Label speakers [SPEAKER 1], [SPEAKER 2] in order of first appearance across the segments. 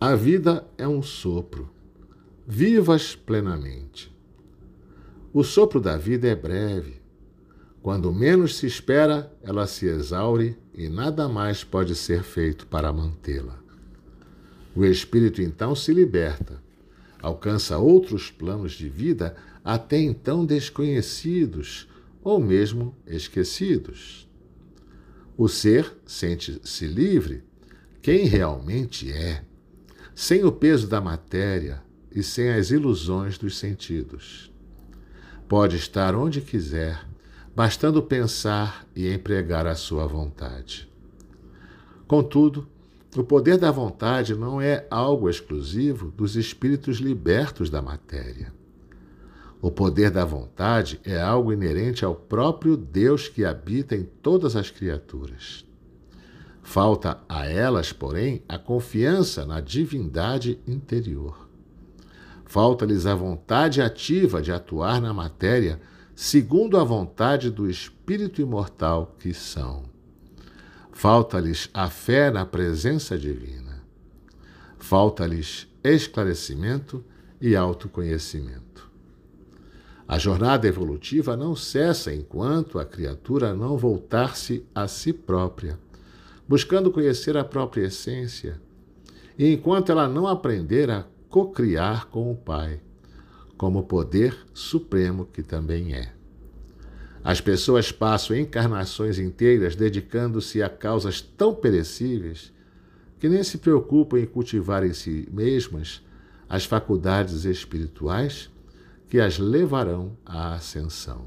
[SPEAKER 1] A vida é um sopro. Vivas plenamente. O sopro da vida é breve. Quando menos se espera, ela se exaure e nada mais pode ser feito para mantê-la. O espírito então se liberta, alcança outros planos de vida até então desconhecidos ou mesmo esquecidos. O ser sente-se livre, quem realmente é, sem o peso da matéria e sem as ilusões dos sentidos. Pode estar onde quiser, bastando pensar e empregar a sua vontade. Contudo, o poder da vontade não é algo exclusivo dos espíritos libertos da matéria. O poder da vontade é algo inerente ao próprio Deus que habita em todas as criaturas. Falta a elas, porém, a confiança na divindade interior. Falta-lhes a vontade ativa de atuar na matéria segundo a vontade do Espírito imortal que são. Falta-lhes a fé na presença divina. Falta-lhes esclarecimento e autoconhecimento. A jornada evolutiva não cessa enquanto a criatura não voltar-se a si própria, buscando conhecer a própria essência, e enquanto ela não aprender a cocriar com o Pai, como poder supremo que também é. As pessoas passam encarnações inteiras dedicando-se a causas tão perecíveis que nem se preocupam em cultivar em si mesmas as faculdades espirituais que as levarão à ascensão.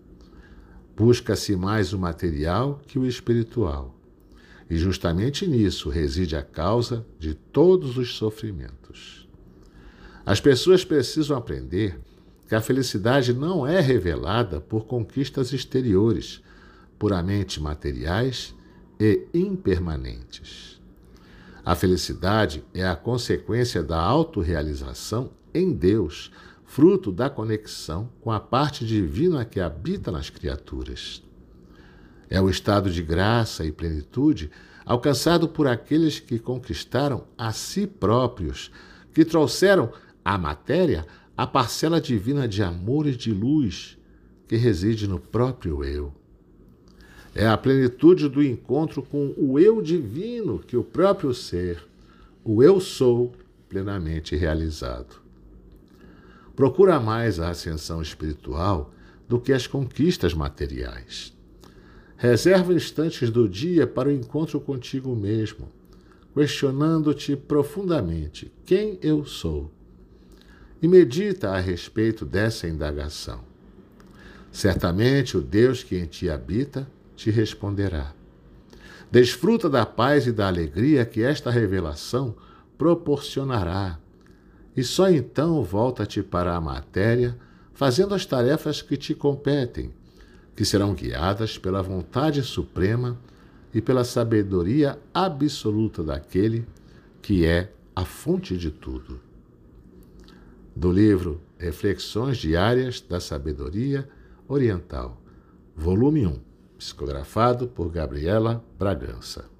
[SPEAKER 1] Busca-se mais o material que o espiritual, e justamente nisso reside a causa de todos os sofrimentos. As pessoas precisam aprender que a felicidade não é revelada por conquistas exteriores, puramente materiais e impermanentes. A felicidade é a consequência da autorrealização em Deus, fruto da conexão com a parte divina que habita nas criaturas. É o estado de graça e plenitude alcançado por aqueles que conquistaram a si próprios, que trouxeram à matéria a parcela divina de amor e de luz que reside no próprio eu. É a plenitude do encontro com o eu divino que o próprio ser, o eu sou, plenamente realizado. Procura mais a ascensão espiritual do que as conquistas materiais. Reserva instantes do dia para o encontro contigo mesmo, questionando-te profundamente quem eu sou. E medita a respeito dessa indagação. Certamente o Deus que em ti habita te responderá. Desfruta da paz e da alegria que esta revelação proporcionará, e só então volta-te para a matéria, fazendo as tarefas que te competem, que serão guiadas pela vontade suprema e pela sabedoria absoluta daquele que é a fonte de tudo. Do livro Reflexões Diárias da Sabedoria Oriental, volume 1, psicografado por Gabriela Bragança.